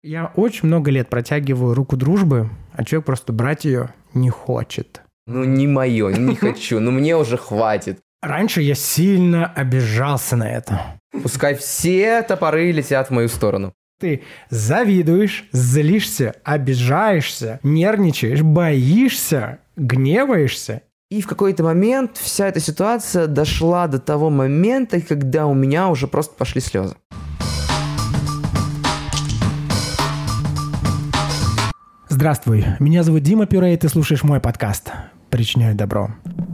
Я очень много лет протягиваю руку дружбы, а человек просто брать ее не хочет. Ну, не мое, не хочу, мне уже хватит. Раньше я сильно обижался на это. Пускай все топоры летят в мою сторону. Ты завидуешь, злишься, обижаешься, нервничаешь, боишься, гневаешься. И в какой-то момент вся эта ситуация дошла до того момента, когда у меня уже просто пошли слезы. Здравствуй, меня зовут Дима Пюре, и ты слушаешь мой подкаст «Причиняю добро».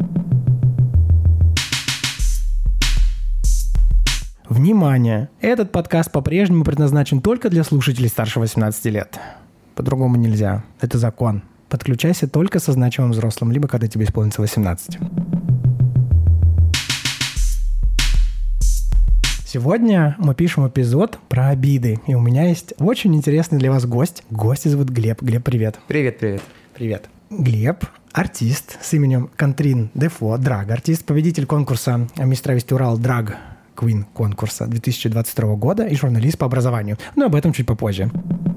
Внимание! Этот подкаст по-прежнему предназначен только для слушателей старше 18 лет. По-другому нельзя. Это закон. Подключайся только со значимым взрослым, либо когда тебе исполнится 18. Сегодня мы пишем эпизод про обиды, и у меня есть очень интересный для вас гость. Гостя зовут Глеб. Глеб, привет. Привет. Привет. Глеб – артист с именем Контрин Дефо, драг-артист, победитель конкурса «Мисс Травести Урал Драг Квин» конкурса 2022 года и журналист по образованию. Но об этом чуть попозже.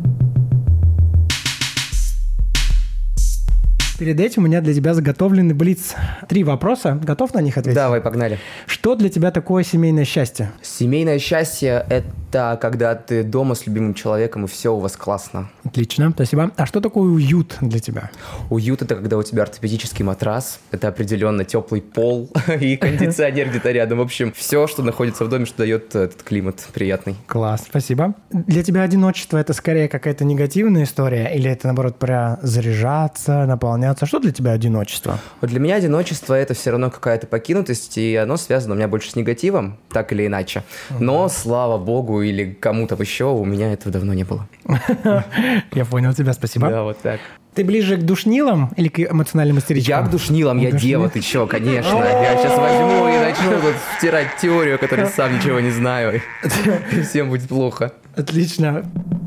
Перед этим у меня для тебя заготовлены блиц. 3 вопроса. Готов на них ответить? Давай, погнали. Что для тебя такое семейное счастье? Семейное счастье – это когда ты дома с любимым человеком, и все у вас классно. Отлично, спасибо. А что такое уют для тебя? Уют – это когда у тебя ортопедический матрас, это определенно теплый пол и кондиционер где-то рядом. В общем, все, что находится в доме, что дает этот климат приятный. Класс, спасибо. Для тебя одиночество – это скорее какая-то негативная история, или это, наоборот, про заряжаться, наполняться? Что для тебя одиночество? Вот для меня одиночество – это все равно какая-то покинутость, и оно связано у меня больше с негативом, так или иначе. Но, слава богу, или кому-то еще, у меня этого давно не было. Я понял тебя, спасибо. Да, вот так. Ты ближе к душнилам или к эмоциональным истеричкам? Я к душнилам, я дева, ты чё, конечно. Я сейчас возьму и начну тут втирать теорию, о которой сам ничего не знаю. И всем будет плохо. Отлично.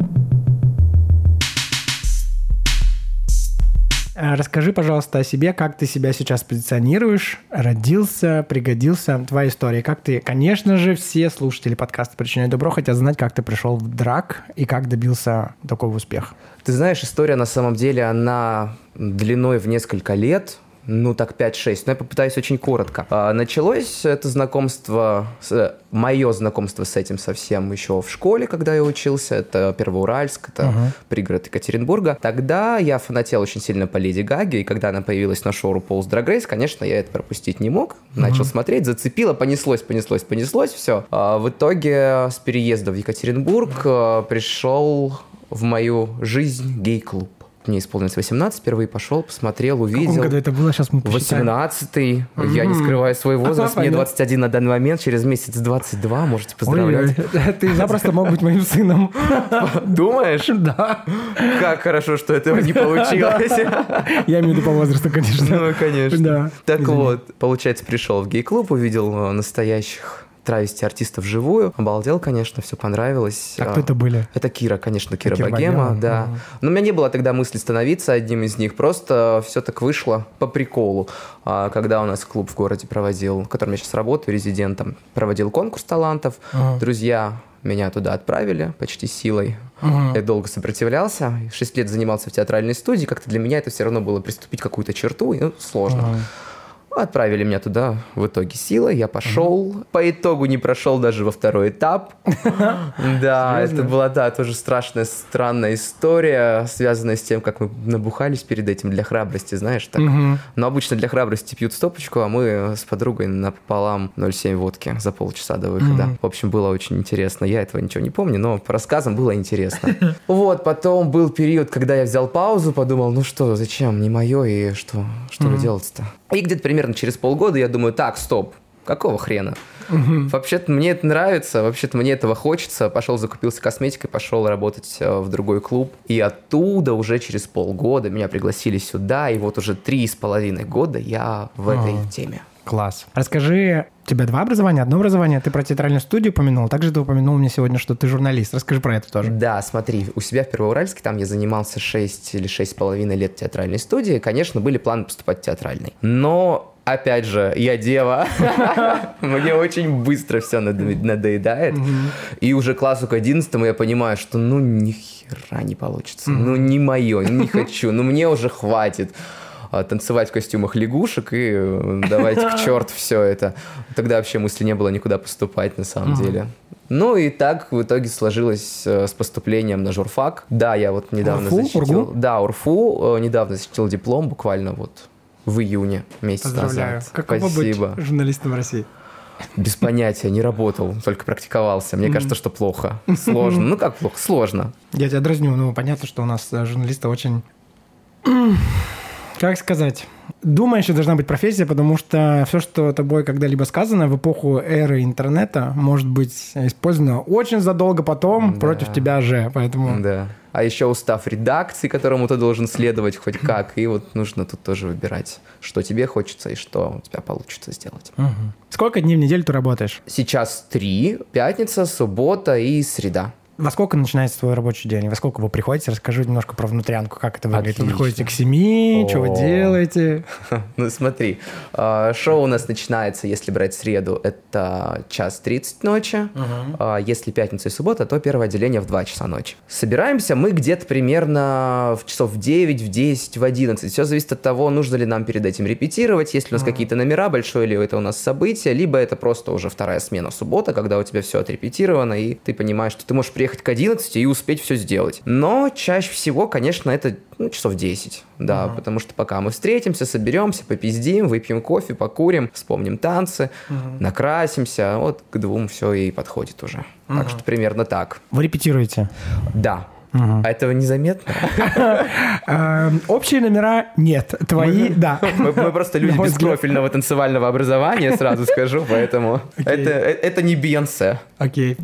Расскажи, пожалуйста, о себе, как ты себя сейчас позиционируешь, родился, пригодился, твоя история. Как ты, конечно же, все слушатели подкаста «Причиняю добро» хотят знать, как ты пришел в драг и как добился такого успеха. Ты знаешь, история на самом деле, она длиной в несколько лет, так 5-6, но я попытаюсь очень коротко. Началось это знакомство, мое знакомство с этим совсем еще в школе, когда я учился, это Первоуральск, это пригород Екатеринбурга. Тогда я фанател очень сильно по Леди Гаге, и когда она появилась на шоу RuPaul's Drag Race, конечно, я это пропустить не мог, начал смотреть, зацепило, понеслось, все. В итоге с переезда в Екатеринбург пришел в мою жизнь гей-клуб. Мне исполнилось 18, впервые пошел, посмотрел, увидел. В каком году это было? Сейчас мы посчитаем. 18-й. Я не скрываю свой возраст. Мне 21 на данный момент, через месяц 22, можете поздравлять. Ой, ты запросто мог быть моим сыном. Думаешь? Да. Как хорошо, что этого не получилось. Я имею в виду по возрасту, конечно. Ну, конечно. Да. Так вот, получается, пришел в гей-клуб, увидел настоящих травести артистов вживую. Обалдел, конечно, все понравилось. А кто это были? Это Кира, конечно, Кира Богема, да. Но у меня не было тогда мысли становиться одним из них, просто все так вышло по приколу. Когда у нас клуб в городе проводил, в котором я сейчас работаю, резидентом, проводил конкурс талантов, друзья меня туда отправили почти силой. Я долго сопротивлялся, 6 лет занимался в театральной студии, как-то для меня это все равно было приступить к какую-то черту, и сложно. Отправили меня туда в итоге силой, я пошел. По итогу не прошел даже во второй этап. Да, это была, тоже страшная, странная история, связанная с тем, как мы набухались перед этим для храбрости, знаешь, так. Но обычно для храбрости пьют стопочку, а мы с подругой напополам 0,7 водки за полчаса до выхода. В общем, было очень интересно. Я этого ничего не помню, но по рассказам было интересно. Вот, потом был период, когда я взял паузу, подумал, зачем, не мое, и что делать-то? И где-то примерно через полгода я думаю, так, стоп, какого хрена? Вообще-то мне это нравится, вообще-то мне этого хочется. Пошел, закупился косметикой, пошел работать в другой клуб. И оттуда уже через полгода меня пригласили сюда, и вот уже 3,5 года я в этой теме. Класс. Расскажи, у тебя 2 образования, 1 образование, ты про театральную студию упомянул, также ты упомянул мне сегодня, что ты журналист. Расскажи про это тоже. Да, смотри, у себя в Первоуральске, там я занимался 6 или 6,5 лет в театральной студии, конечно, были планы поступать в театральный. Но опять же, я дева, мне очень быстро все надоедает. И уже к классу к 11 я понимаю, что хера не получится. Ну, не мое, не хочу, ну, мне уже хватит танцевать в костюмах лягушек и давайте к черту все это. Тогда вообще мысли не было никуда поступать на самом деле. Ну и так в итоге сложилось с поступлением на журфак. Да, я вот недавно защитил... Да, УрФУ, недавно защитил диплом, буквально вот в июне месяц назад. Каково быть журналистом в России? Без понятия, не работал, только практиковался. Мне кажется, что плохо, сложно. Ну как плохо? Сложно. Я тебя дразню, ну понятно, что у нас журналисты очень... Как сказать? Думающая должна быть профессия, потому что все, что тобой когда-либо сказано в эпоху эры интернета, может быть использовано очень задолго потом против тебя же, поэтому... Да. А еще устав редакции, которому ты должен следовать хоть как, и вот нужно тут тоже выбирать, что тебе хочется и что у тебя получится сделать. Сколько дней в неделю ты работаешь? Сейчас 3. Пятница, суббота и среда. Во сколько начинается твой рабочий день? Во сколько вы приходите? Расскажи немножко про внутрянку, как это выглядит. Отлично. Вы приходите к 7, что вы делаете? Ну смотри, шоу у нас начинается, если брать среду, это 1:30 ночи. Если пятница и суббота, то первое отделение в 2 часа ночи. Собираемся мы где-то примерно в часов в 9, в 10, в 11. Все зависит от того, нужно ли нам перед этим репетировать, есть ли у нас какие-то номера, большое ли это у нас событие, либо это просто уже вторая смена суббота, когда у тебя все отрепетировано, и ты понимаешь, что ты можешь приехать к 11 и успеть все сделать. Но чаще всего, конечно, это часов 10, да, потому что пока мы встретимся, соберемся, попиздим, выпьем кофе, покурим, вспомним танцы, накрасимся, вот к 2 все и подходит уже. Так что примерно так. Вы репетируете? Да. А этого незаметно? Общие номера нет, твои да. Мы просто люди без профильного танцевального образования, сразу скажу, поэтому это не Бейонсе. Окей.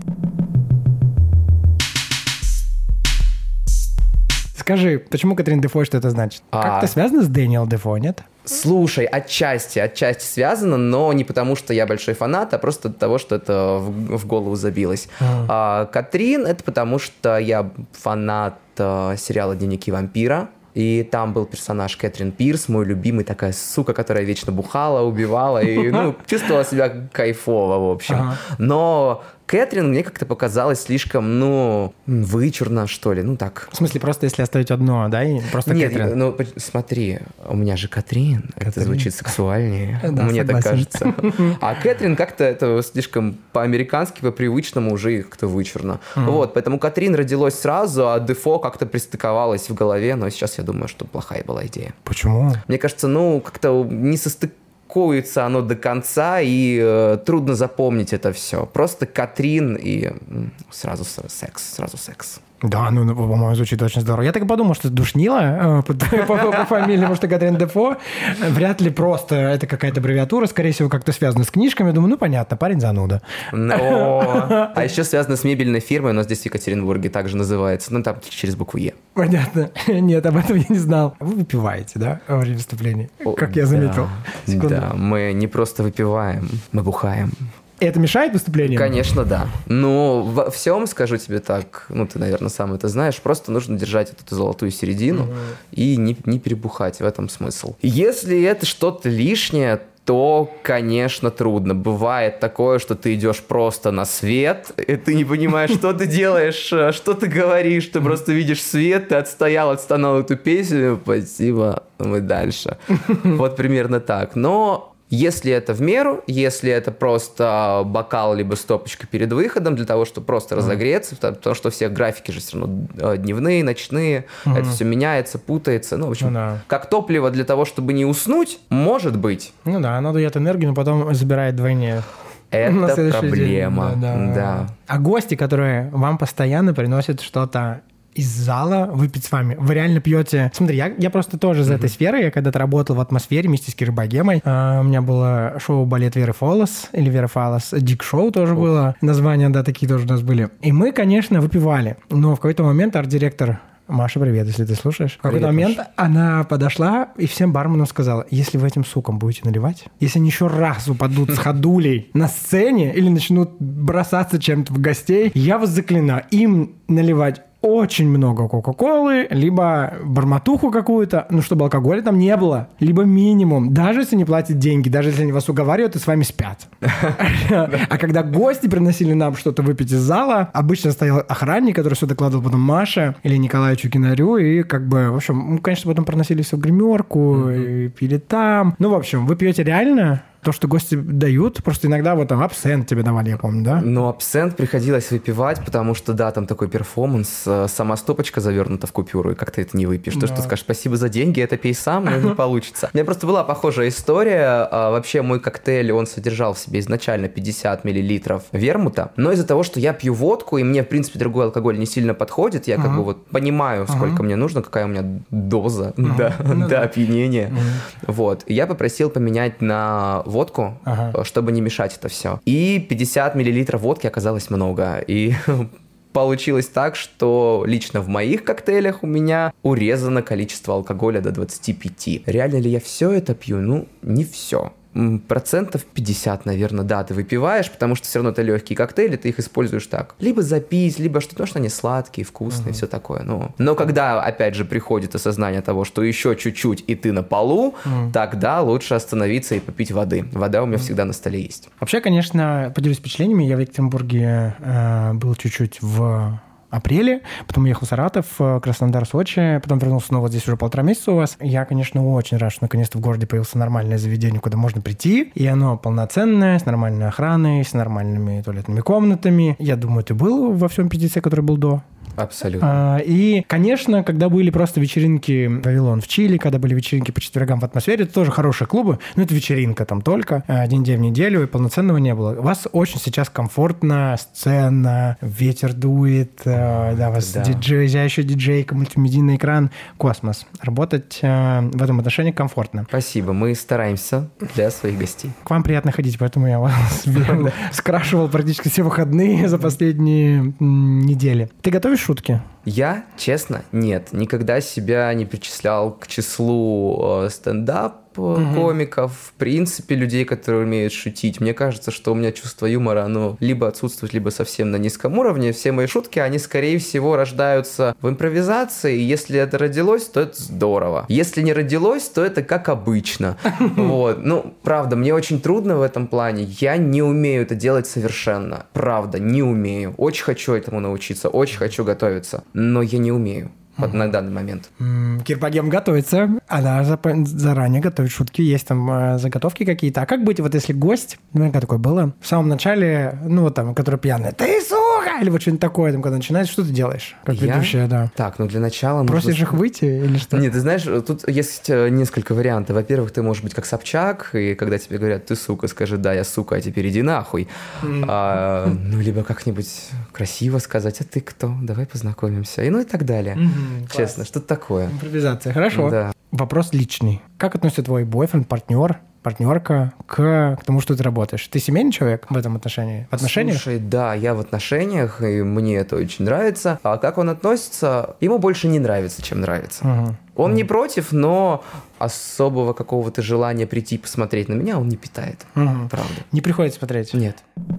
Скажи, почему Катрин Дефо, что это значит? Как-то связано с Дэниел Дефо, нет? Слушай, отчасти связано, но не потому, что я большой фанат, а просто от того, что это в голову забилось. Катрин — это потому, что я фанат сериала «Дневники вампира». И там был персонаж Кэтрин Пирс, мой любимый, такая сука, которая вечно бухала, убивала и чувствовала себя кайфово, в общем. Но Кэтрин мне как-то показалась слишком, вычурно, что ли, так. В смысле, просто если оставить одно, да, и просто Кэтрин? Нет, смотри, у меня же Катрин, это звучит сексуальнее, мне так кажется. А Кэтрин как-то это слишком по-американски, по-привычному уже как-то вычурно. Вот, поэтому Катрин родилась сразу, а Дефо как-то пристыковалась в голове, но сейчас я думаю, что плохая была идея. Почему? Мне кажется, как-то не состыкуется оно до конца, и трудно запомнить это все. Просто Катрин и сразу секс. Да, по-моему, звучит очень здорово. Я так и подумал, что душнила по фамилии, потому что Катрин Дефо вряд ли просто это какая-то аббревиатура, скорее всего, как-то связано с книжками. Думаю, понятно, парень зануда. А еще связано с мебельной фирмой, у нас здесь в Екатеринбурге также называется, там через букву Е. Понятно. Нет, об этом я не знал. Вы выпиваете, да, во время выступлений? Как я заметил. Да, мы не просто выпиваем, мы бухаем. Это мешает выступлению? Конечно, да. Но во всем, скажу тебе так, ты, наверное, сам это знаешь, просто нужно держать эту золотую середину и не перебухать, в этом смысл. Если это что-то лишнее, то, конечно, трудно. Бывает такое, что ты идешь просто на свет, и ты не понимаешь, что ты делаешь, что ты говоришь, ты просто видишь свет, ты отстонал эту песню, спасибо, мы дальше. Вот примерно так. Но если это в меру, если это просто бокал либо стопочка перед выходом для того, чтобы просто разогреться, потому что у всех графики же все равно дневные, ночные, это все меняется, путается. В общем, как топливо для того, чтобы не уснуть, может быть. Оно дает энергию, но потом забирает вдвойне. Это проблема, да. А гости, которые вам постоянно приносят что-то из зала выпить с вами. Вы реально пьете... Смотри, я просто тоже из этой сферы. Я когда-то работал в атмосфере вместе с Кирой Богемой. У меня было шоу «Балет Веры Фолос» или Вера Фалос. Дик-шоу тоже было. Названия, да, такие тоже у нас были. И мы, конечно, выпивали. Но в какой-то момент арт-директор... Маша, привет, если ты слушаешь. В какой-то момент она подошла и всем барменам сказала: если вы этим сукам будете наливать, если они еще раз упадут с ходулей на сцене или начнут бросаться чем-то в гостей, я вас заклинаю им наливать очень много кока-колы, либо барматуху какую-то, ну, чтобы алкоголя там не было, либо минимум, даже если не платят деньги, даже если они вас уговаривают и с вами спят. А когда гости приносили нам что-то выпить из зала, обычно стоял охранник, который все докладывал потом Маше или Николаю Чукинарю, и как бы, в общем, мы, конечно, потом проносили все в гримерку, и пили там. Ну, в общем, вы пьете реально то, что гости дают, просто иногда вот там абсент тебе давали, я помню, да? Ну, абсент приходилось выпивать, потому что, да, там такой перформанс, сама стопочка завернута в купюру, и как ты это не выпьешь. То, что скажешь спасибо за деньги, это пей сам, но не получится. У меня просто была похожая история. Вообще, мой коктейль, он содержал в себе изначально 50 миллилитров вермута, но из-за того, что я пью водку, и мне, в принципе, другой алкоголь не сильно подходит, я как бы вот понимаю, сколько мне нужно, какая у меня доза до опьянения. Вот. И я попросил поменять на водку, чтобы не мешать это все. И 50 миллилитров водки оказалось много. И получилось так, что лично в моих коктейлях у меня урезано количество алкоголя до 25. Реально ли я все это пью? Ну, не все. 50%, наверное, да, ты выпиваешь, потому что все равно это легкие коктейли, ты их используешь так. Либо запить, либо что-то, потому что они сладкие, вкусные, все такое. Но когда, опять же, приходит осознание того, что еще чуть-чуть, и ты на полу, тогда лучше остановиться и попить воды. Вода у меня всегда на столе есть. Вообще, конечно, поделюсь впечатлениями. Я в Екатеринбурге был чуть-чуть в апреле, потом уехал в Саратов, Краснодар, Сочи, потом вернулся снова здесь уже 1,5 месяца у вас. Я, конечно, очень рад, что наконец-то в городе появилось нормальное заведение, куда можно прийти, и оно полноценное, с нормальной охраной, с нормальными туалетными комнатами. Я думаю, ты был во всем пиздеце, который был до? Абсолютно. И, конечно, когда были просто вечеринки «Вавилон» в Чили, когда были вечеринки по четвергам в «Атмосфере», это тоже хорошие клубы, но это вечеринка там только, один день в неделю, и полноценного не было. У вас очень сейчас комфортно, сцена, ветер дует, да, у вас диджеющая диджейка, мультимедийный экран, космос. Работать в этом отношении комфортно. Спасибо, мы стараемся для своих гостей. К вам приятно ходить, поэтому я вас скрашивал практически все выходные за последние недели. Ты готовишь шутки? Я, честно, нет. Никогда себя не причислял к числу стендап-комиков, в принципе, людей, которые умеют шутить. Мне кажется, что у меня чувство юмора, оно либо отсутствует, либо совсем на низком уровне. Все мои шутки, они, скорее всего, рождаются в импровизации. И если это родилось, то это здорово. Если не родилось, то это как обычно. Вот. Ну, правда, мне очень трудно в этом плане. Я не умею это делать совершенно. Правда, не умею. Очень хочу этому научиться, очень хочу готовиться. Но я не умею на данный момент. Кирпагем готовится, она заранее готовит шутки, есть там заготовки какие-то. А как быть, вот если гость, наверняка такое было, в самом начале, ну вот там, который пьяный, ты сука, или вот что-нибудь такое, там, когда начинается, что ты делаешь? Как ведущая, да. Так, ну для начала... Просишь их выйти или что? Нет, ты знаешь, тут есть несколько вариантов. Во-первых, ты можешь быть как Собчак, и когда тебе говорят, ты сука, скажи, да, я сука, а теперь иди нахуй. Ну, либо как-нибудь красиво сказать, а ты кто? Давай познакомимся. И ну и так далее. Честно, что-то такое. Импровизация, хорошо. Да. Вопрос личный. Как относится твой бойфренд, партнерка к тому, что ты работаешь? Ты семейный человек в этом отношении? В отношениях? Слушай, да, я в отношениях, и мне это очень нравится. А как он относится? Ему больше не нравится, чем нравится. Он не против, но особого какого-то желания прийти посмотреть на меня он не питает. Правда. Не приходится смотреть? Нет.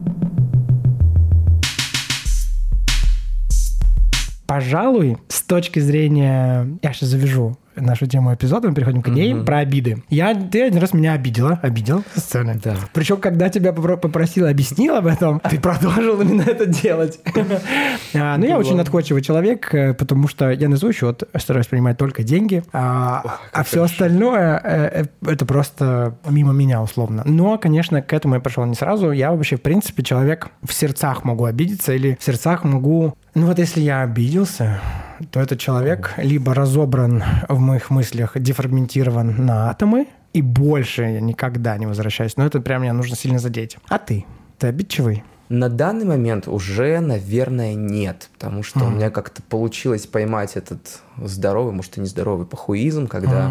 Пожалуй, с точки зрения... Я сейчас завяжу нашу тему эпизода, мы переходим к ней, про обиды. Ты один раз меня обидел со сцены. Да. Причем, когда тебя попросил, объяснил об этом, ты продолжил именно это делать. Ну, я очень отходчивый человек, потому что я на свой счет стараюсь принимать только деньги, а все остальное это просто мимо меня условно. Но, конечно, к этому я пришел не сразу. Я вообще, в принципе, человек в сердцах могу обидеться или в сердцах могу... Ну вот если я обиделся, то этот человек либо разобран в моих мыслях, дефрагментирован на атомы, и больше я никогда не возвращаюсь. Но это прям мне нужно сильно задеть. А ты? Ты обидчивый? На данный момент уже, наверное, нет, потому что у меня как-то получилось поймать этот здоровый, может и нездоровый похуизм, когда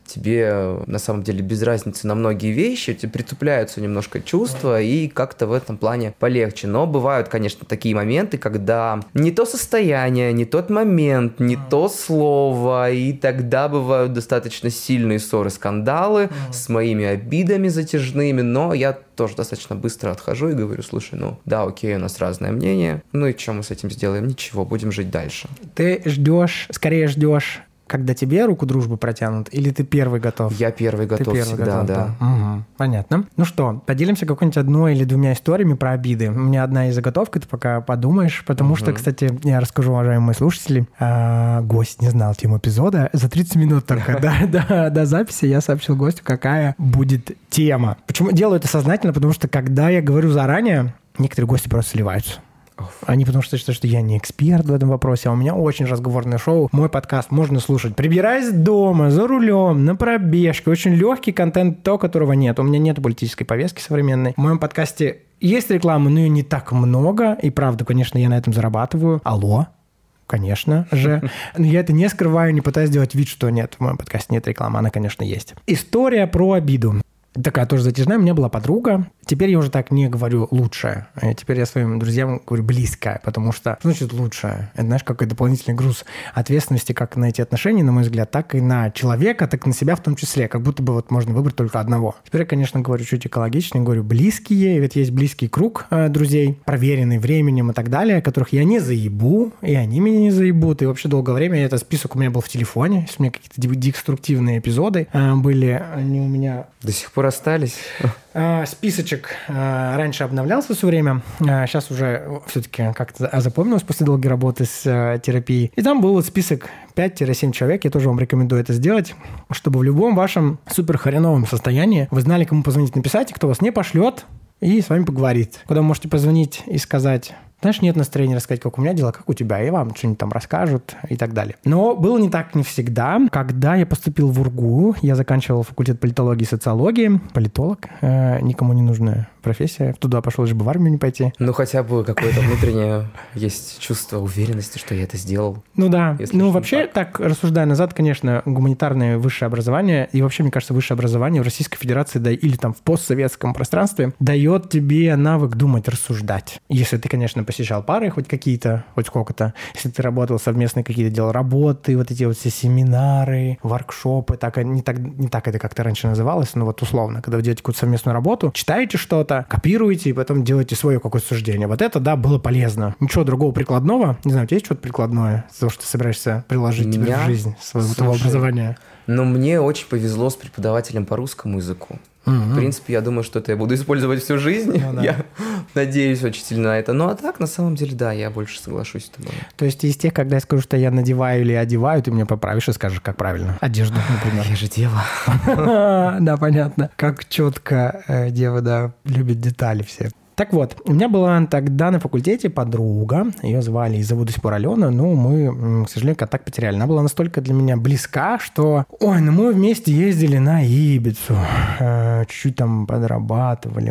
тебе на самом деле без разницы на многие вещи, тебе притупляются немножко чувства, и как-то в этом плане полегче. Но бывают, конечно, такие моменты, когда не то состояние, не тот момент, не то слово, и тогда бывают достаточно сильные ссоры, скандалы с моими обидами затяжными, но я тоже достаточно быстро отхожу и говорю: слушай, ну да, окей, у нас разное мнение, ну и что мы с этим сделаем? Ничего, будем жить дальше. Ты скорее ждешь, когда тебе руку дружбы протянут, или ты первый готов? Я первый готов всегда, да. Угу, понятно. Ну что, поделимся какой-нибудь одной или двумя историями про обиды. У меня одна есть заготовка, ты пока подумаешь, потому что, кстати, я расскажу, уважаемые слушатели, гость не знал тему эпизода. За 30 минут только до записи я сообщил гостю, какая будет тема. Почему делаю это сознательно? Потому что, когда я говорю заранее, некоторые гости просто сливаются. Они потому что считают, что я не эксперт в этом вопросе, а у меня очень разговорное шоу. Мой подкаст можно слушать, прибираясь дома, за рулем, на пробежке. Очень легкий контент, то, которого нет. У меня нет политической повестки современной. В моем подкасте есть реклама, но ее не так много. И правда, конечно, я на этом зарабатываю. Алло. Конечно же. Но я это не скрываю, не пытаюсь сделать вид, что нет. В моем подкасте нет рекламы. Она, конечно, есть. История про обиду. Такая тоже затяжная. У меня была подруга. Теперь я уже так не говорю «лучшая». Теперь я своим друзьям говорю «близкая», потому что, что значит «лучшая»? Это, знаешь, какой дополнительный груз ответственности как на эти отношения, на мой взгляд, так и на человека, так и на себя в том числе. Как будто бы вот можно выбрать только одного. Теперь я, конечно, говорю чуть экологичнее, говорю «близкие». Ведь есть близкий круг друзей, проверенный временем и так далее, которых я не заебу, и они меня не заебут. И вообще долгое время этот список у меня был в телефоне. Если у меня какие-то деструктивные эпизоды были, они у меня... До сих пор остались? Списочек раньше обновлялся все время, сейчас уже все-таки как-то запомнилось после долгой работы с терапией. И там был вот список 5-7 человек, я тоже вам рекомендую это сделать, чтобы в любом вашем супер хреновом состоянии вы знали, кому позвонить, написать, и кто вас не пошлет и с вами поговорит. Куда вы можете позвонить и сказать: знаешь, нет настроения рассказать, как у меня дела, как у тебя, и вам что-нибудь там расскажут и так далее. Но было не так не всегда. Когда я поступил в УрГУ, я заканчивал факультет политологии и социологии. Политолог, никому не нужная профессия. Туда пошел, лишь бы в армию не пойти. Ну, хотя бы какое-то внутреннее есть чувство уверенности, что я это сделал. Ну да. Ну, вообще, так рассуждая назад, конечно, гуманитарное высшее образование, и вообще, мне кажется, высшее образование в Российской Федерации, да, или там в постсоветском пространстве, дает тебе навык думать, рассуждать. Если ты, конечно, посещал пары хоть какие-то, хоть сколько-то, если ты работал совместно, какие-то делал работы, вот эти вот все семинары, воркшопы, так, не так это как-то раньше называлось, но вот условно, когда вы делаете какую-то совместную работу, читаете что-то, копируете и потом делаете свое какое-то суждение. Вот это, да, было полезно. Ничего другого прикладного. Не знаю, у тебя есть что-то прикладное, то, что ты собираешься приложить тебе в жизнь своего образования? Ну, мне очень повезло с преподавателем по русскому языку. В принципе, я думаю, что это я буду использовать всю жизнь. Ну, да. Я надеюсь очень сильно на это. Ну, а так, на самом деле, да, я больше соглашусь с тобой. То есть из тех, когда я скажу, что я надеваю или одеваю, ты меня поправишь и скажешь, как правильно. Одежду, например. Я же дева. Да, понятно. Как четко дева, да, любит детали все. Так вот, у меня была тогда на факультете подруга, ее звали и зовут до сих пор Алена, но мы, к сожалению, контакт потеряли. Она была настолько для меня близка, что, мы вместе ездили на Ибицу, чуть-чуть там подрабатывали.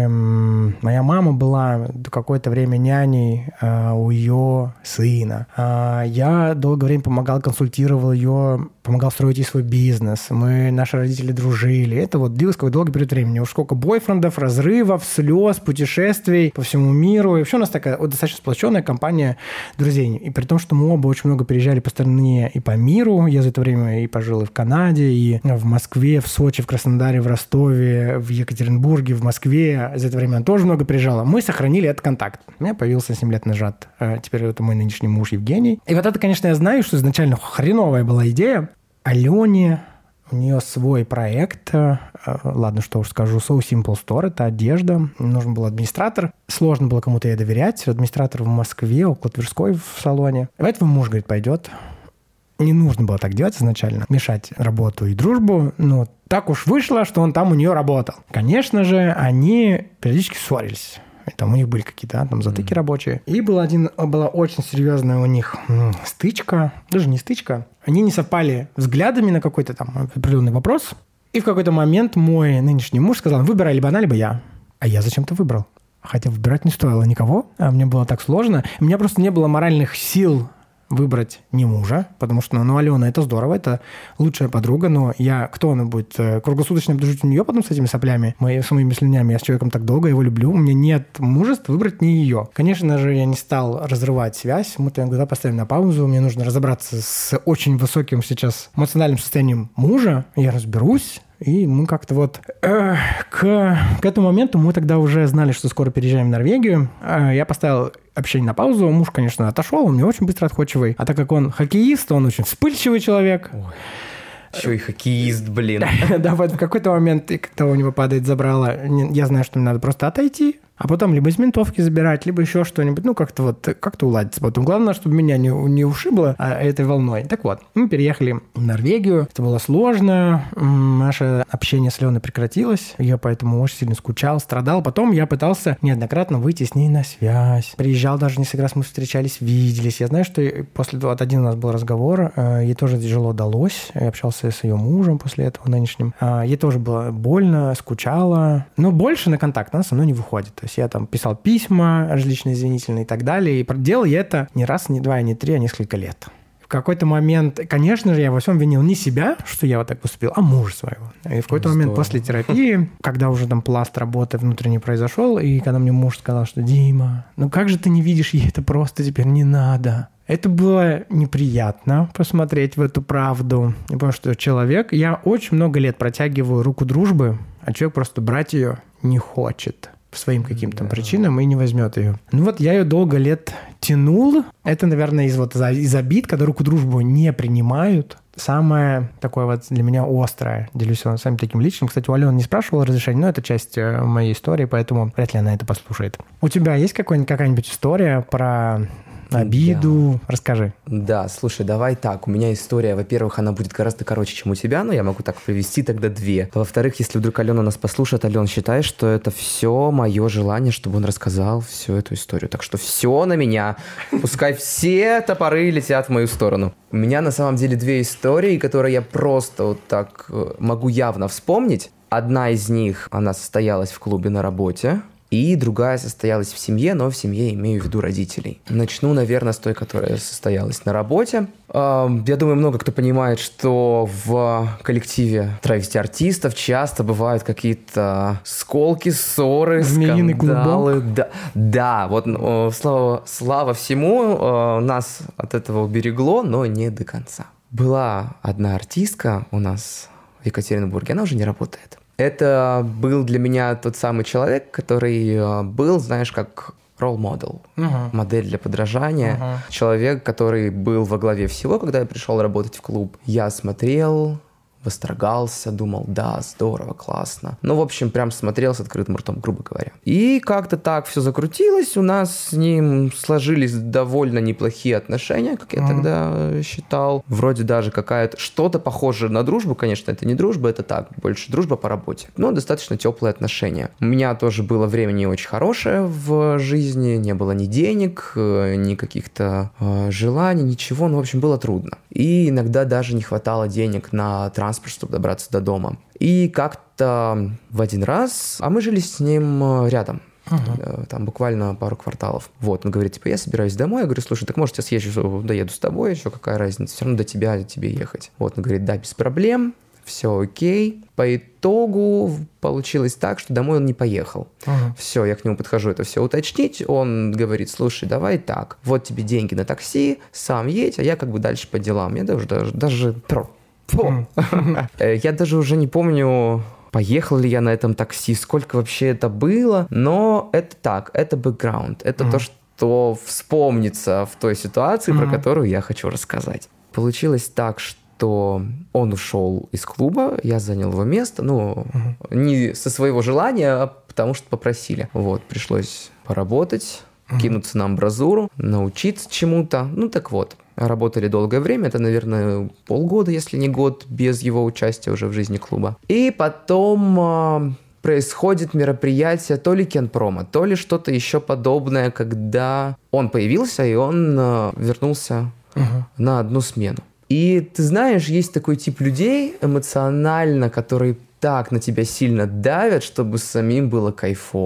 Моя мама была какое-то время няней у ее сына. Я долгое время помогал, консультировал ее, помогал строить ей свой бизнес. Наши родители дружили. Это вот длилось какой-то долгий период времени. Уж сколько бойфрендов, разрывов, слез, путешествий по всему миру. И вообще у нас такая вот достаточно сплоченная компания друзей. И при том, что мы оба очень много переезжали по стране и по миру. Я за это время и пожил и в Канаде, и в Москве, в Сочи, в Краснодаре, в Ростове, в Екатеринбурге, в Москве. За это время она тоже много приезжала. Мы сохранили этот контакт. У меня появился 7 лет назад. Теперь это мой нынешний муж Евгений. И вот это, конечно, я знаю, что изначально хреновая была идея. Алене, у нее свой проект, ладно, что уж скажу, So Simple Store, это одежда, нужен был администратор, сложно было кому-то ей доверять, администратор в Москве, около Тверской в салоне. Давайте мой муж, говорит, пойдет. Не нужно было так делать изначально, мешать работу и дружбу, но так уж вышло, что он там у нее работал. Конечно же, они периодически ссорились. И там у них были какие-то там затыки рабочие. И была очень серьезная у них стычка, даже не стычка. Они не совпали взглядами на какой-то там определенный вопрос. И в какой-то момент мой нынешний муж сказал: выбирай либо она, либо я. А я зачем-то выбрал. Хотя выбирать не стоило никого. А мне было так сложно. У меня просто не было моральных сил выбрать не мужа, потому что, ну, Алена, это здорово, это лучшая подруга, но кто она будет? Круглосуточно буду жить у нее потом с этими соплями, с моими слюнями, я с человеком так долго его люблю, у меня нет мужества выбрать не ее. Конечно же, я не стал разрывать связь, мы тогда поставим на паузу, мне нужно разобраться с очень высоким сейчас эмоциональным состоянием мужа, я разберусь. И мы как-то вот к этому моменту мы тогда уже знали, что скоро переезжаем в Норвегию. Я поставил общение на паузу. Муж, конечно, отошел, он мне очень быстро отходчивый. А так как он хоккеист, он очень вспыльчивый человек. Ой. Еще и хоккеист, блин. Да, вот в какой-то момент, когда у него падает забрало, я знаю, что мне надо просто отойти, а потом либо из ментовки забирать, либо еще что-нибудь, ну, как-то уладиться. Потом главное, чтобы меня не ушибло этой волной. Так вот, мы переехали в Норвегию. Это было сложно. Наше общение с Леной прекратилось. Я поэтому очень сильно скучал, страдал. Потом я пытался неоднократно выйти с ней на связь. Приезжал даже несколько раз, мы встречались, виделись. Я знаю, что после один у нас был разговор. Ей тоже тяжело далось. Я общался с ее мужем после этого нынешним. Ей тоже было больно, скучала. Но больше на контакт она со мной не выходит. То есть я там писал письма различные извинительные и так далее. И делал я это не раз, не два, не три, а несколько лет. В какой-то момент, конечно же, я во всем винил не себя, что я вот так поступил, а мужа своего. И в какой-то момент после терапии, когда уже там пласт работы внутренний произошел, и когда мне муж сказал, что «Дима, ну как же ты не видишь, ей это просто теперь не надо». Это было неприятно посмотреть в эту правду. Потому что человек... Я очень много лет протягиваю руку дружбы, а человек просто брать ее не хочет по своим каким-то причинам и не возьмет ее. Ну вот я ее долго лет тянул. Это, наверное, из обид, когда руку дружбу не принимают. Самое такое вот для меня острое. Делюсь с вами таким личным. Кстати, у Алены не спрашивала разрешения, но это часть моей истории, поэтому вряд ли она это послушает. У тебя есть какая-нибудь история про обиду? Да. Расскажи. Да, слушай, давай так. У меня история, во-первых, она будет гораздо короче, чем у тебя, но я могу так привести тогда две. Во-вторых, если вдруг Алена нас послушает, Алена считает, что это все мое желание, чтобы он рассказал всю эту историю. Так что все на меня. Пускай все топоры летят в мою сторону. У меня на самом деле две истории, которые я просто вот так могу явно вспомнить. Одна из них, она состоялась в клубе на работе. И другая состоялась в семье, но в семье имею в виду родителей. Начну, наверное, с той, которая состоялась на работе. Я думаю, много кто понимает, что в коллективе травести-артистов часто бывают какие-то сколки, ссоры, скандалы. Да, вот слава всему, нас от этого уберегло, но не до конца. Была одна артистка у нас в Екатеринбурге, она уже не работает. Это был для меня тот самый человек, который был, знаешь, как role model, модель для подражания. Человек, который был во главе всего, когда я пришел работать в клуб. Я смотрел, восторгался, думал, да, здорово, классно. Ну, в общем, прям смотрел с открытым ртом, грубо говоря. И как-то так все закрутилось, у нас с ним сложились довольно неплохие отношения, как я тогда считал. Вроде даже какая-то, что-то похожее на дружбу, конечно, это не дружба, это так, больше дружба по работе. Но достаточно теплые отношения. У меня тоже было время не очень хорошее в жизни, не было ни денег, ни каких-то желаний, ничего, ну, в общем, было трудно. И иногда даже не хватало денег на транспорт, чтобы добраться до дома. И как-то в один раз, а мы жили с ним рядом, там буквально пару кварталов. Вот, он говорит, типа, я собираюсь домой. Я говорю, слушай, так может я съезжу, доеду с тобой, еще какая разница, все равно до тебя, тебе ехать. Вот, он говорит, да, без проблем, все окей. По итогу получилось так, что домой он не поехал. Все, я к нему подхожу это все уточнить. Он говорит, слушай, давай так, вот тебе деньги на такси, сам едь, а я как бы дальше по делам. Я даже я даже уже не помню, поехал ли я на этом такси, сколько вообще это было, но это так, это бэкграунд, это то, что вспомнится в той ситуации, про которую я хочу рассказать. Получилось так, что он ушел из клуба, я занял его место, ну, не со своего желания, а потому что попросили. Вот, пришлось поработать, кинуться на амбразуру, научиться чему-то, ну так вот. Работали долгое время, это, наверное, полгода, если не год, без его участия уже в жизни клуба. И потом происходит мероприятие то ли Кенпрома, то ли что-то еще подобное, когда он появился, и он вернулся на одну смену. И ты знаешь, есть такой тип людей эмоционально, которые так на тебя сильно давят, чтобы самим было кайфово.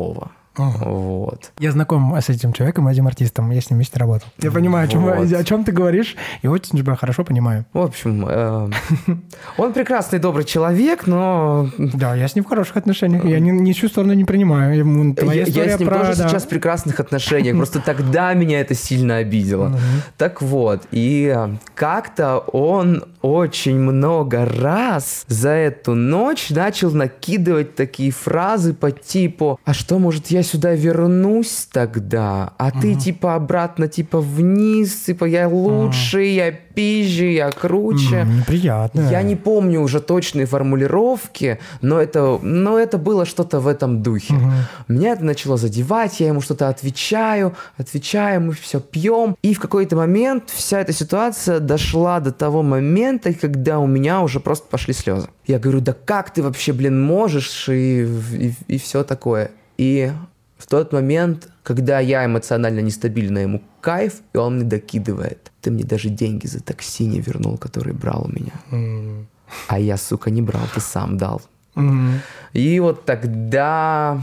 Вот. Я знаком с этим человеком, этим артистом, я с ним вместе работал. Я понимаю, о чем ты говоришь, и очень тебя хорошо понимаю. В общем, он прекрасный, добрый человек, но... Да, я с ним в хороших отношениях, я ничью сторону не принимаю. Я с ним тоже сейчас в прекрасных отношениях, просто тогда меня это сильно обидело. Так вот, и как-то он очень много раз за эту ночь начал накидывать такие фразы по типу: а что, может, я сюда вернусь тогда, а ты типа обратно типа вниз, типа я лучше, я пизже, я круче. Неприятно. Я не помню уже точные формулировки, но это было что-то в этом духе. Меня это начало задевать, я ему что-то отвечаю, мы все пьем. И в какой-то момент вся эта ситуация дошла до того момента, когда у меня уже просто пошли слезы. Я говорю: да как ты вообще, можешь, и все такое. И в тот момент, когда я эмоционально нестабильна, ему кайф, и он мне докидывает: ты мне даже деньги за такси не вернул, которые брал у меня. А я, сука, не брал, ты сам дал. И вот тогда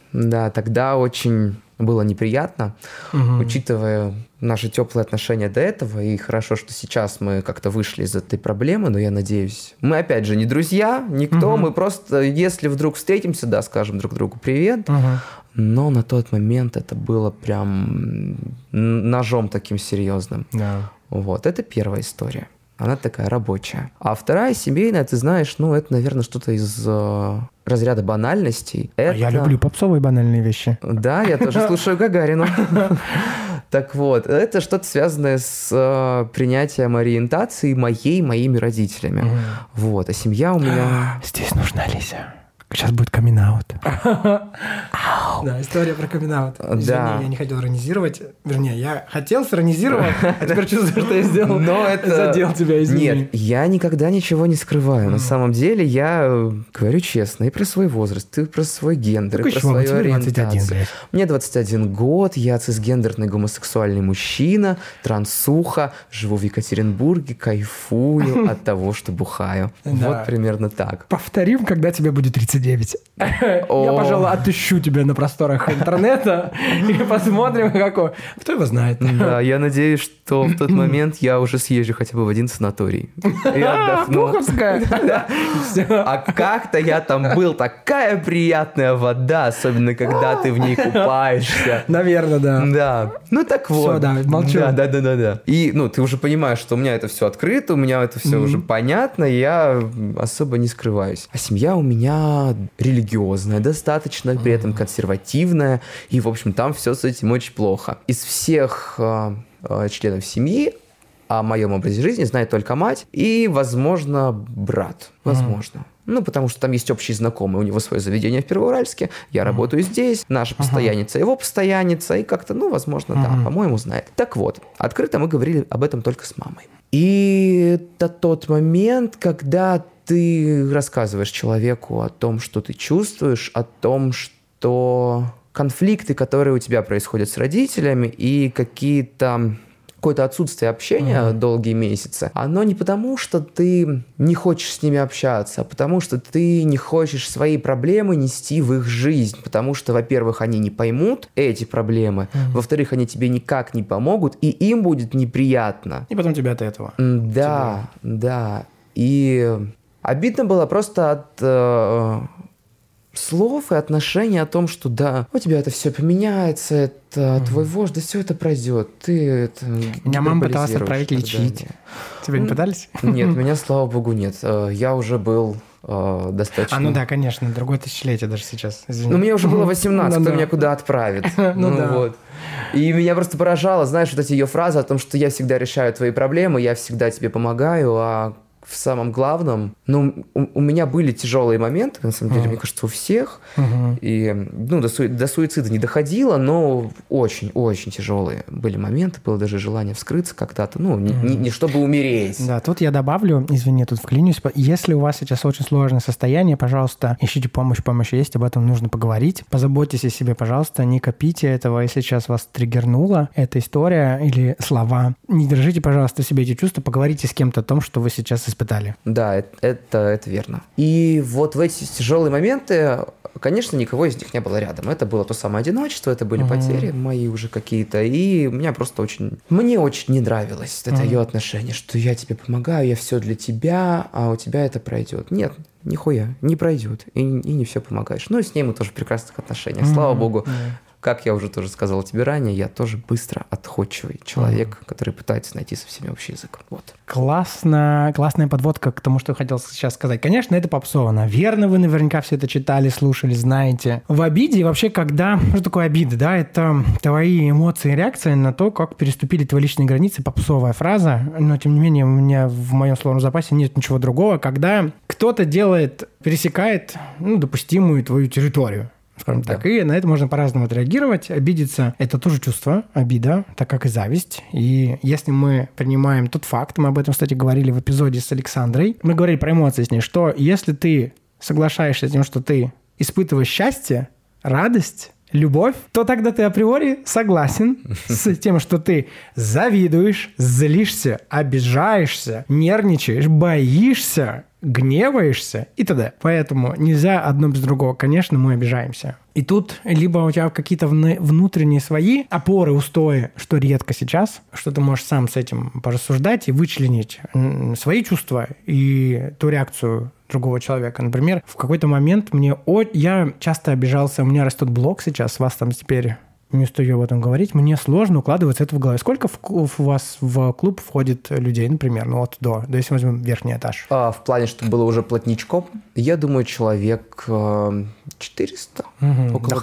очень было неприятно, учитывая наши теплые отношения до этого, и хорошо, что сейчас мы как-то вышли из этой проблемы, но я надеюсь, мы опять же не друзья, никто, мы просто, если вдруг встретимся, да, скажем друг другу привет, но на тот момент это было прям ножом таким серьезным. Вот, это первая история. Она такая рабочая. А вторая, семейная, ты знаешь, это, наверное, что-то из разряда банальностей. Я люблю попсовые банальные вещи. Да, я тоже слушаю Гагарину. Так вот, это что-то связанное с принятием ориентации моими родителями. Вот, а семья у меня... Здесь нужна Олеся. Сейчас будет камин-аут. Да, история про камин-аут. Извини, я не хотел иронизировать. Вернее, я хотел сиронизировать, а теперь чувствую, что я сделал. Но это... Задел тебя, извини. Нет, я никогда ничего не скрываю. На самом деле я говорю честно и про свой возраст, и про свой гендер, и про свою ориентацию. Мне 21 год, я цисгендерный гомосексуальный мужчина, трансуха, живу в Екатеринбурге, кайфую от того, что бухаю. Вот примерно так. Повторим, когда тебе будет 39. Я, пожалуй, отыщу тебя на просторах интернета и посмотрим, какой. Кто его знает. Да, я надеюсь, что в тот момент я уже съезжу хотя бы в один санаторий. И отдохну. Пуховская. А как-то я там был, такая приятная вода, особенно когда ты в ней купаешься. Наверное, да. Да. Ну так вот. Все, да, молчу. Да. И, ты уже понимаешь, что у меня это все открыто, у меня это все уже понятно, я особо не скрываюсь. А семья у меня религиозная, достаточно, при этом консервативная, и, в общем, там все с этим очень плохо. Из всех членов семьи о моем образе жизни знает только мать и, возможно, брат. Возможно. Потому что там есть общий знакомый, у него свое заведение в Первоуральске, я работаю здесь, наша постоянница, его постоянница, и как-то, возможно, да, по-моему, знает. Так вот, открыто мы говорили об этом только с мамой. И это тот момент, когда ты рассказываешь человеку о том, что ты чувствуешь, о том, что конфликты, которые у тебя происходят с родителями, и какое-то отсутствие общения долгие месяцы, оно не потому, что ты не хочешь с ними общаться, а потому что ты не хочешь свои проблемы нести в их жизнь, потому что, во-первых, они не поймут эти проблемы, во-вторых, они тебе никак не помогут, и им будет неприятно. И потом тебе от этого. Да. И обидно было просто от слов и отношений о том, что да, у тебя это все поменяется, это твой вождь, да все это пройдет, ты это... Меня мама пыталась отправить лечить. Тебя не пытались? Нет, меня, слава богу, нет. Я уже был достаточно... да, конечно, другое тысячелетие даже сейчас. Извини. Мне уже было 18, кто меня куда отправит. Вот. И меня просто поражало, знаешь, вот эти ее фразы о том, что я всегда решаю твои проблемы, я всегда тебе помогаю, а в самом главном, у меня были тяжелые моменты, на самом деле, мне кажется, у всех, и, до суицида не доходило, но очень-очень тяжелые были моменты, было даже желание вскрыться когда-то, не чтобы умереть. Да, тут я добавлю, извини, тут вклинюсь, если у вас сейчас очень сложное состояние, пожалуйста, ищите помощь есть, об этом нужно поговорить, позаботьтесь о себе, пожалуйста, не копите этого, если сейчас вас триггернула эта история или слова, не держите, пожалуйста, в себе эти чувства, поговорите с кем-то о том, что вы сейчас испытали. Да, это верно. И вот в эти тяжелые моменты конечно, никого из них не было рядом. Это было то самое одиночество, это были потери мои уже какие-то. И мне очень не нравилось это ее отношение, что я тебе помогаю, я все для тебя, а у тебя это пройдет. Нет, нихуя, не пройдет. И не все помогаешь. Ну, и с ней мы тоже в прекрасных отношениях. Слава богу. Как я уже тоже сказал тебе ранее, я тоже быстро отходчивый человек, который пытается найти со всеми общий язык. Вот. Классно, классная подводка к тому, что я хотел сейчас сказать. Конечно, это попсово. Наверное, вы наверняка все это читали, слушали, знаете. В обиде, вообще, что такое обида, да? Это твои эмоции и реакция на то, как переступили твои личные границы, попсовая фраза. Но, тем не менее, у меня в моем словарном запасе нет ничего другого. Когда кто-то пересекает допустимую твою территорию. Скажем так. И на это можно по-разному отреагировать. Обидеться – это тоже чувство, обида, так как и зависть. И если мы принимаем тот факт, мы об этом, кстати, говорили в эпизоде с Александрой, мы говорили про эмоции с ней, что если ты соглашаешься с тем, что ты испытываешь счастье, радость, любовь, то тогда ты априори согласен с тем, что ты завидуешь, злишься, обижаешься, нервничаешь, боишься, гневаешься и т.д. Поэтому нельзя одно без другого. Конечно, мы обижаемся. И тут либо у тебя какие-то внутренние свои опоры, устои, что редко сейчас, что ты можешь сам с этим порассуждать и вычленить свои чувства и ту реакцию другого человека. Например, в какой-то момент я часто обижался, у меня растет блок сейчас, вас там теперь не стою об этом говорить, мне сложно укладываться это в голове. Сколько у вас в клуб входит людей, например, если возьмем верхний этаж? В плане, чтобы было уже плотничком, я думаю, человек 400. Около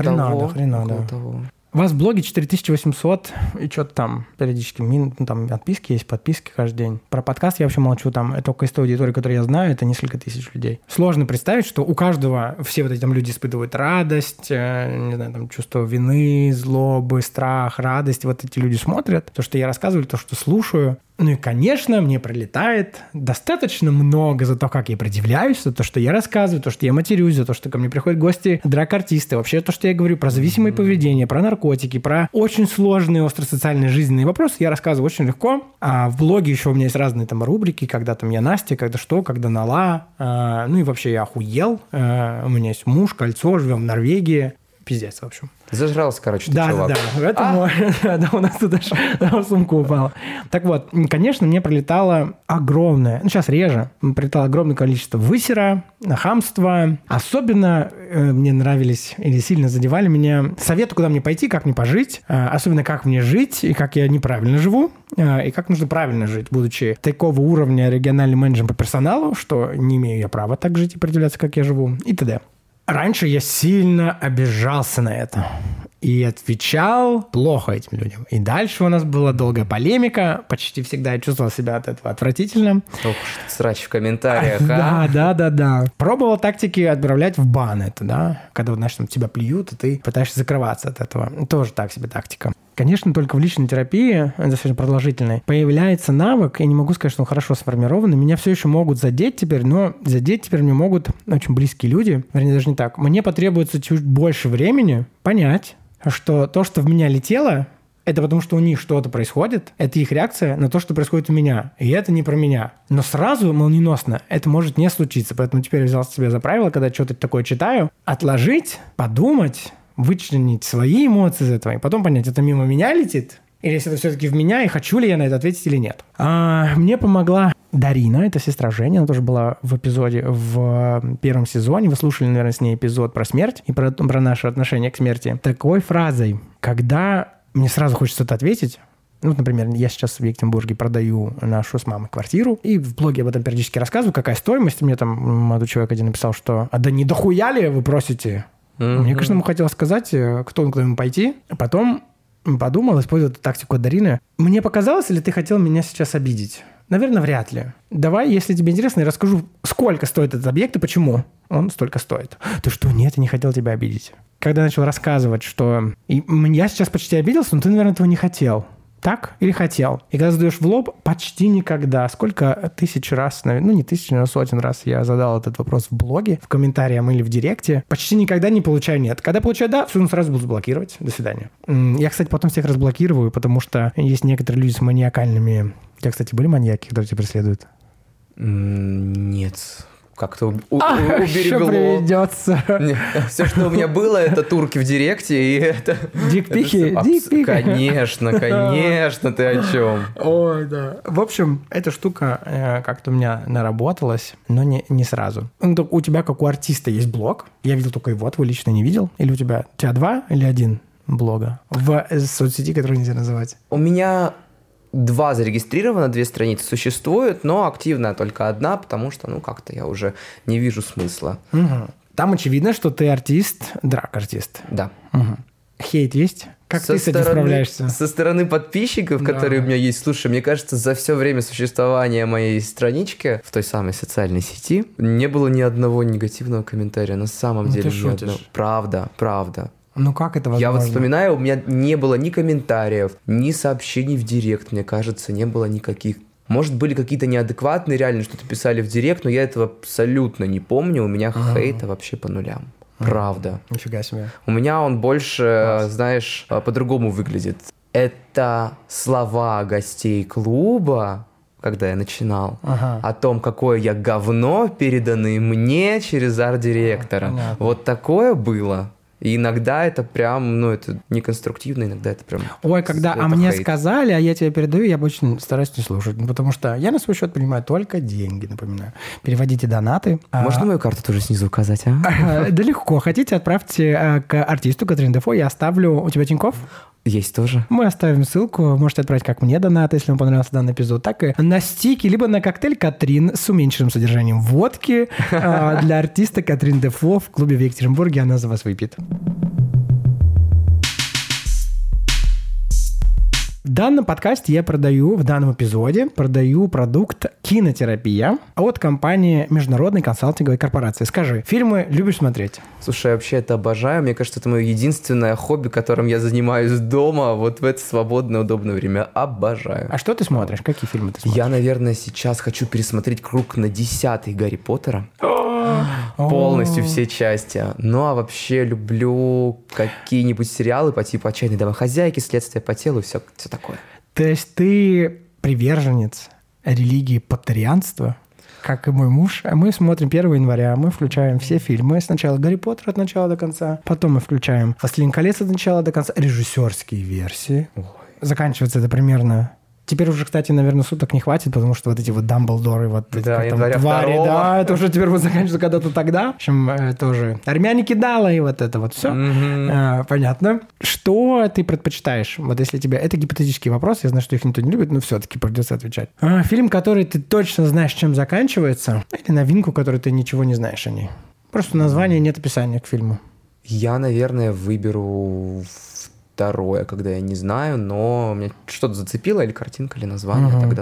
того. У вас в блоге 4800 и что-то там периодически, там отписки есть, подписки каждый день. Про подкаст я вообще молчу, там это только из той аудитории, которую я знаю, это несколько тысяч людей. Сложно представить, что у каждого все вот эти там люди испытывают радость, не знаю, там чувство вины, злобы, страх, радость. Вот эти люди смотрят то, что я рассказываю, то, что слушаю. Ну и, конечно, мне прилетает достаточно много за то, как я продивляюсь, за то, что я рассказываю, то, что я матерюсь, за то, что ко мне приходят гости, драг-артисты. Вообще то, что я говорю про зависимое поведение, про наркотики, про очень сложные остросоциальные жизненные вопросы, я рассказываю очень легко. А в блоге еще у меня есть разные там рубрики, когда там я Настя, когда Нала. И вообще я охуел. У меня есть муж, кольцо, живем в Норвегии. Пиздец, в общем. Зажрался, короче, ты чувак. Да. Поэтому у нас тут аж сумка упала. Так вот, конечно, мне прилетало огромное, сейчас реже, прилетало огромное количество высера, хамства. Особенно мне нравились или сильно задевали меня советы, куда мне пойти, как мне пожить, особенно как мне жить и как я неправильно живу, и как нужно правильно жить, будучи такого уровня региональным менеджером по персоналу, что не имею я права так жить и определяться, как я живу, и т.д. Раньше я сильно обижался на это и отвечал плохо этим людям. И дальше у нас была долгая полемика. Почти всегда я чувствовал себя от этого отвратительно. Ох, срач в комментариях, Да. Пробовал тактики отправлять в бан это, да? Когда, там тебя плюют, и ты пытаешься закрываться от этого. Тоже так себе тактика. Конечно, только в личной терапии, достаточно продолжительной, появляется навык, я не могу сказать, что он хорошо сформирован, меня все еще могут задеть теперь, но задеть теперь мне могут очень близкие люди, вернее, даже не так. Мне потребуется чуть больше времени понять, что то, что в меня летело, это потому, что у них что-то происходит, это их реакция на то, что происходит у меня, и это не про меня. Но сразу, молниеносно, это может не случиться, поэтому теперь я взял себе за правило, когда что-то такое читаю, отложить, подумать, вычленить свои эмоции из этого, и потом понять, это мимо меня летит, или если это все-таки в меня, и хочу ли я на это ответить или нет. Мне помогла Дарина, это сестра Жени, она тоже была в эпизоде в первом сезоне. Вы слушали, наверное, с ней эпизод про смерть и про наше отношение к смерти. Такой фразой, когда мне сразу хочется это ответить, например, я сейчас в Екатеринбурге продаю нашу с мамой квартиру, и в блоге об этом периодически рассказываю, какая стоимость. Мне там молодой человек один написал, что «А да не дохуя ли вы просите?» Мне, конечно, ему хотелось сказать, куда ему пойти. А потом подумал, использовал эту тактику от Дарины. Мне показалось, или ты хотел меня сейчас обидеть? Наверное, вряд ли. Давай, если тебе интересно, я расскажу, сколько стоит этот объект и почему он столько стоит. Ты что? Нет, я не хотел тебя обидеть. Когда я начал рассказывать, что я сейчас почти обиделся, но ты, наверное, этого не хотел. Так? Или хотел? И когда задаешь в лоб, почти никогда. Сколько тысяч раз, не тысяч, но сотен раз я задал этот вопрос в блоге, в комментариях или в директе. Почти никогда не получаю нет. Когда получаю да, все сразу буду заблокировать. До свидания. Я, кстати, потом всех разблокирую, потому что есть некоторые люди с маниакальными... У тебя, кстати, были маньяки, которые тебя преследуют? Нет. как-то уберегло. Что придется. Все, что у меня было, это турки в директе, и это... Дикпики. Конечно, ты о чем? Ой, да. В общем, эта штука как-то у меня наработалась, но не сразу. У тебя, как у артиста, есть блог. Я видел только его, твой лично не видел. Или у тебя 2 или 1 блога в соцсети, которую нельзя называть? У меня 2 зарегистрировано, 2 страницы существуют, но активная только 1, потому что, как-то я уже не вижу смысла. Угу. Там очевидно, что ты артист, драг-артист. Да. Угу. Хейт есть? Как ты с этим справляешься? Со стороны подписчиков, которые у меня есть, слушай, мне кажется, за все время существования моей странички в той самой социальной сети не было ни одного негативного комментария. На самом деле ты шутишь. Правда. Как это возможно? Я вспоминаю, у меня не было ни комментариев, ни сообщений в директ, мне кажется, не было никаких. Может, были какие-то неадекватные, реально что-то писали в директ, но я этого абсолютно не помню, у меня хейта вообще по нулям. Правда. Нифига себе. У меня он больше, знаешь, по-другому выглядит. Это слова гостей клуба, когда я начинал, о том, какое я говно, переданные мне через арт-директора. Вот такое было. И иногда это прям, это неконструктивно, иногда это прям... Ой, когда мне сказали, а я тебе передаю, я очень стараюсь не слушать, потому что я на свой счет принимаю только деньги, напоминаю. Переводите донаты. Можно мою карту тоже снизу указать, а? Да легко. Хотите, отправьте к артисту Катрин Дефо, я оставлю... У тебя Тинькофф? Есть тоже. Мы оставим ссылку. Можете отправить как мне донат, если вам понравился данный эпизод, так и на стики, либо на коктейль Катрин с уменьшенным содержанием водки для артиста Катрин Дефо в клубе в Екатеринбурге. Она за вас выпьет. В данном подкасте я в данном эпизоде продаю продукт «Кинотерапия» от компании международной консалтинговой корпорации. Скажи, фильмы любишь смотреть? Слушай, я вообще это обожаю. Мне кажется, это мое единственное хобби, которым я занимаюсь дома вот в это свободное, удобное время. Обожаю. А что ты смотришь? Какие фильмы ты смотришь? Я, наверное, сейчас хочу пересмотреть круг на 10-й Гарри Поттера. Полностью все части. Ну, а вообще люблю какие-нибудь сериалы по типу «Отчаянной домохозяйки», «Следствие по телу» и все такое. То есть ты приверженец религии поттерианства, как и мой муж. Мы смотрим 1 января, мы включаем все фильмы. Сначала «Гарри Поттер» от начала до конца, потом мы включаем «Властелин колец» от начала до конца, режиссерские версии. Заканчивается это примерно... Теперь уже, кстати, наверное, суток не хватит, потому что вот эти вот Дамблдоры, вот эти твари, да, это уже теперь будет заканчиваться когда-то тогда. В общем, тоже армяне кидала, и вот это вот все. Понятно. Что ты предпочитаешь? Вот если тебе... Это гипотетический вопрос, я знаю, что их никто не любит, но все-таки придется отвечать. Фильм, который ты точно знаешь, чем заканчивается, или новинку, которой ты ничего не знаешь о ней? Просто название, нет описания к фильму. Я, наверное, выберу... Второе, когда я не знаю, но меня что-то зацепило, или картинка, или название, тогда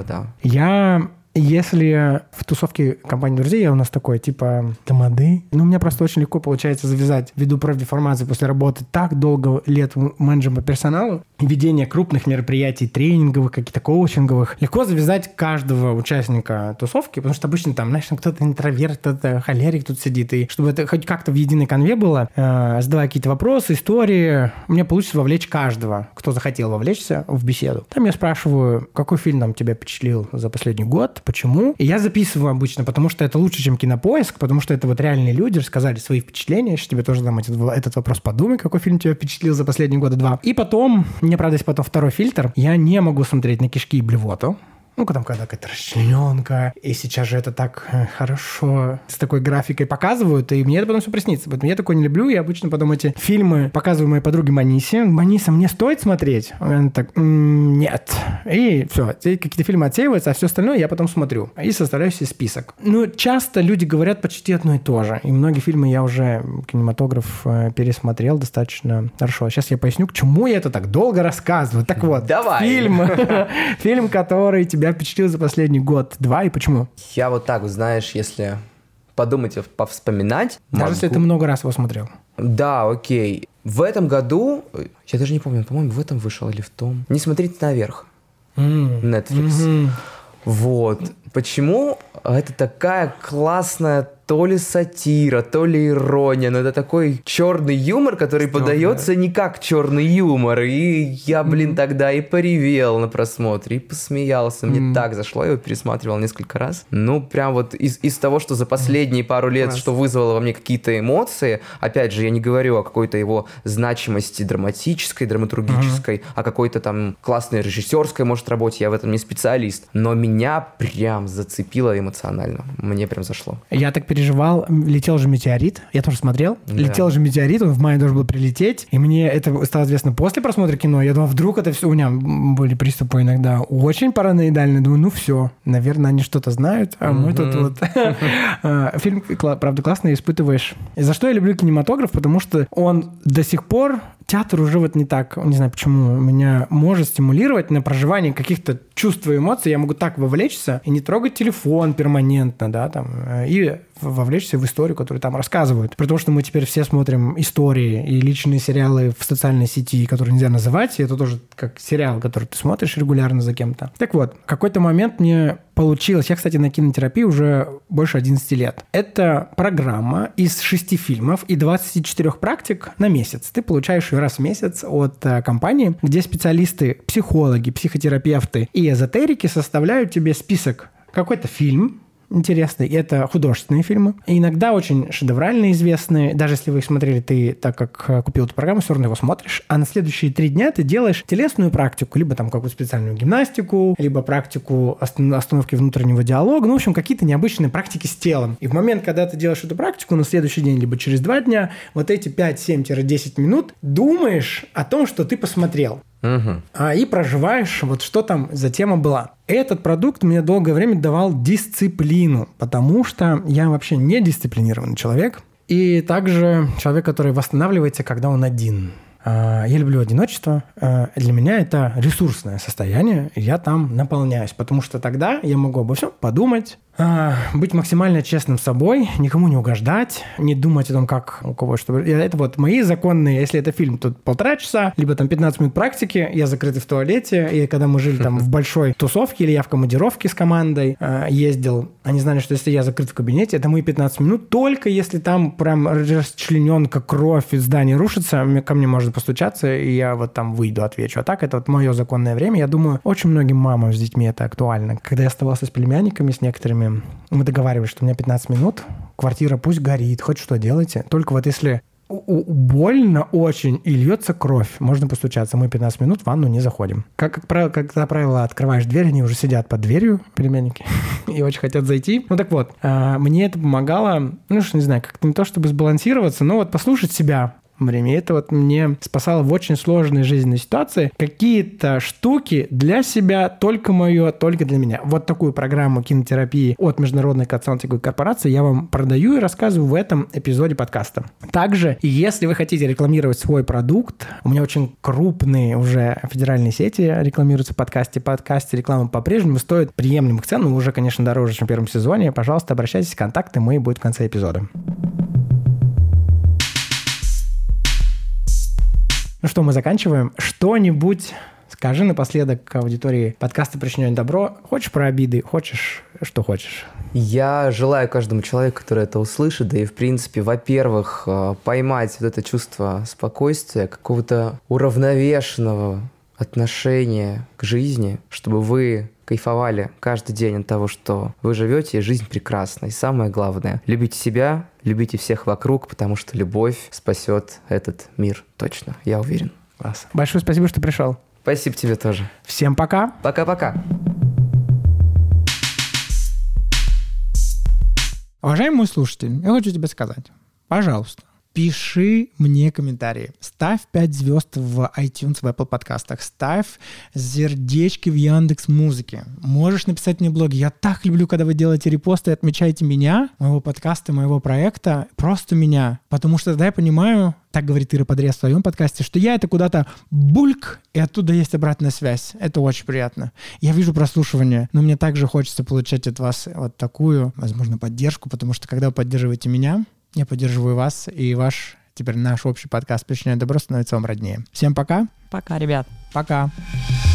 да. Если в тусовке компании друзей у нас такое, типа, тамады, у меня просто очень легко получается завязать ввиду профдеформации после работы так долго лет менеджером по персоналу, ведение крупных мероприятий, тренинговых, каких-то коучинговых, легко завязать каждого участника тусовки, потому что обычно там, знаешь, кто-то интроверт, кто-то холерик тут сидит, и чтобы это хоть как-то в единой конве было, задавая какие-то вопросы, истории, мне получится вовлечь каждого, кто захотел вовлечься в беседу. Там я спрашиваю, какой фильм там тебя впечатлил за последний год, почему. И я записываю обычно, потому что это лучше, чем Кинопоиск, потому что это вот реальные люди рассказали свои впечатления. Я сейчас тебе тоже дам этот вопрос. Подумай, какой фильм тебя впечатлил за последние года 2. И потом, мне, правда, есть потом второй фильтр. Я не могу смотреть на кишки и блевоту. Там когда какая-то расчлененка, и сейчас же это так хорошо с такой графикой показывают, и мне это потом все приснится. Поэтому я такое не люблю, я обычно потом эти фильмы показываю моей подруге Манисе. Маниса, мне стоит смотреть? Она так, нет. И все, какие-то фильмы отсеиваются, а все остальное я потом смотрю. И составляю себе список. Часто люди говорят почти одно и то же. И многие фильмы я уже, кинематограф, пересмотрел достаточно хорошо. Сейчас я поясню, к чему я это так долго рассказываю. Так вот, давай. Фильм, который тебя впечатлил за последний год-два, и почему? Я вот так, знаешь, если подумать, повспоминать... Даже если ты много раз его смотрел. Да, окей. В этом году, я даже не помню, по-моему, в этом вышел или в том. «Не смотрите наверх». Netflix. Вот. Почему? Это такая классная то ли сатира, то ли ирония, но это такой черный юмор, который подается не как черный юмор. И я, тогда и поревел на просмотре, и посмеялся. Мне так зашло, я его пересматривал несколько раз. Ну, прям вот из того, что за последние пару лет, что вызвало во мне какие-то эмоции, опять же, я не говорю о какой-то его значимости драматической, драматургической, о какой-то там классной режиссерской, может, работе, я в этом не специалист. Но меня прям зацепило эмоционально. Мне прям зашло. Я так переживал. Летел же метеорит. Я тоже смотрел. Да. Летел же метеорит, он в мае должен был прилететь. И мне это стало известно после просмотра кино. Я думал, вдруг это все... У меня были приступы иногда очень параноидальные. Думаю, ну все, наверное, они что-то знают. А мы тут вот... Фильм, правда, классный, испытываешь. И за что я люблю кинематограф? Потому что он до сих пор... Театр уже вот не так, не знаю почему, меня может стимулировать на проживание каких-то чувств и эмоций. Я могу так вовлечься и не трогать телефон перманентно, да, там, и вовлечься в историю, которую там рассказывают. При том, что мы теперь все смотрим истории и личные сериалы в социальной сети, которые нельзя называть, и это тоже как сериал, который ты смотришь регулярно за кем-то. Так вот, в какой-то момент мне получилось... Я, кстати, на кинотерапии уже больше 11 лет. Это программа из 6 фильмов и 24 практик на месяц. Ты получаешь ее раз в месяц от компании, где специалисты, психологи, психотерапевты и эзотерики составляют тебе список. Какой-то фильм интересный, и это художественные фильмы. И иногда очень шедевральные, известные. Даже если вы их смотрели, ты, так как купил эту программу, все равно его смотришь. А на следующие 3 дня ты делаешь телесную практику, либо там какую-то специальную гимнастику, либо практику остановки внутреннего диалога. Ну, в общем, какие-то необычные практики с телом. И в момент, когда ты делаешь эту практику, на следующий день, либо через 2 дня, вот эти 5-7-10 минут думаешь о том, что ты посмотрел. И проживаешь, вот что там за тема была. Этот продукт мне долгое время давал дисциплину, потому что я вообще не дисциплинированный человек. И также человек, который восстанавливается, когда он один. Я люблю одиночество. Для меня это ресурсное состояние. Я там наполняюсь, потому что тогда я могу обо всем подумать, быть максимально честным с собой, никому не угождать, не думать о том, как у кого что... Это вот мои законные, если это фильм, то 1,5 часа, либо там 15 минут практики, я закрытый в туалете, и когда мы жили там в большой тусовке, или я в командировке с командой ездил, они знали, что если я закрыт в кабинете, это мои 15 минут, только если там прям расчлененка, кровь, и здание рушится, ко мне можно постучаться, и я вот там выйду, отвечу. А так, это вот мое законное время. Я думаю, очень многим мамам с детьми это актуально. Когда я оставался с племянниками, с некоторыми, мы договаривались, что у меня 15 минут, квартира пусть горит, хоть что делайте. Только вот если больно очень и льется кровь, можно постучаться. Мы 15 минут в ванну не заходим. Как правило, открываешь дверь, они уже сидят под дверью, племянники, и очень хотят зайти. Ну так вот, мне это помогало, ну что, не знаю, как-то не то чтобы сбалансироваться, но вот послушать себя. Время. Это вот мне спасало в очень сложной жизненной ситуации какие-то штуки для себя, только мое, только для меня. Вот такую программу кинотерапии от международной консалтинговой корпорации я вам продаю и рассказываю в этом эпизоде подкаста. Также, если вы хотите рекламировать свой продукт, у меня очень крупные уже федеральные сети рекламируются в подкасте. Подкасте реклама по-прежнему стоит приемлемых цен, но уже, конечно, дороже, чем в первом сезоне. Пожалуйста, обращайтесь, контакты мои будут в конце эпизода. Ну что, мы заканчиваем. Что-нибудь скажи напоследок аудитории подкаста «Причиняю добро». Хочешь про обиды, хочешь, что хочешь. Я желаю каждому человеку, который это услышит, да и, в принципе, во-первых, поймать вот это чувство спокойствия, какого-то уравновешенного отношения к жизни, чтобы вы кайфовали каждый день от того, что вы живете, и жизнь прекрасна. И самое главное, любите себя, любите всех вокруг, потому что любовь спасет этот мир точно, я уверен. Класс. Большое спасибо, что пришел. Спасибо тебе тоже. Всем пока. Пока-пока. Уважаемый мой слушатель, я хочу тебе сказать, пожалуйста, пиши мне комментарии, ставь 5 звезд в iTunes, в Apple подкастах, ставь сердечки в Яндекс.Музыке. Можешь написать мне в блоге. Я так люблю, когда вы делаете репосты и отмечаете меня, моего подкаста, моего проекта, просто меня. Потому что тогда я понимаю, так говорит Ира Подрез в своем подкасте, что я это куда-то бульк, и оттуда есть обратная связь. Это очень приятно. Я вижу прослушивание, но мне также хочется получать от вас вот такую, возможно, поддержку, потому что когда вы поддерживаете меня, я поддерживаю вас, и теперь наш общий подкаст «Причиняю добро» становится вам роднее. Всем пока. Пока, ребят. Пока.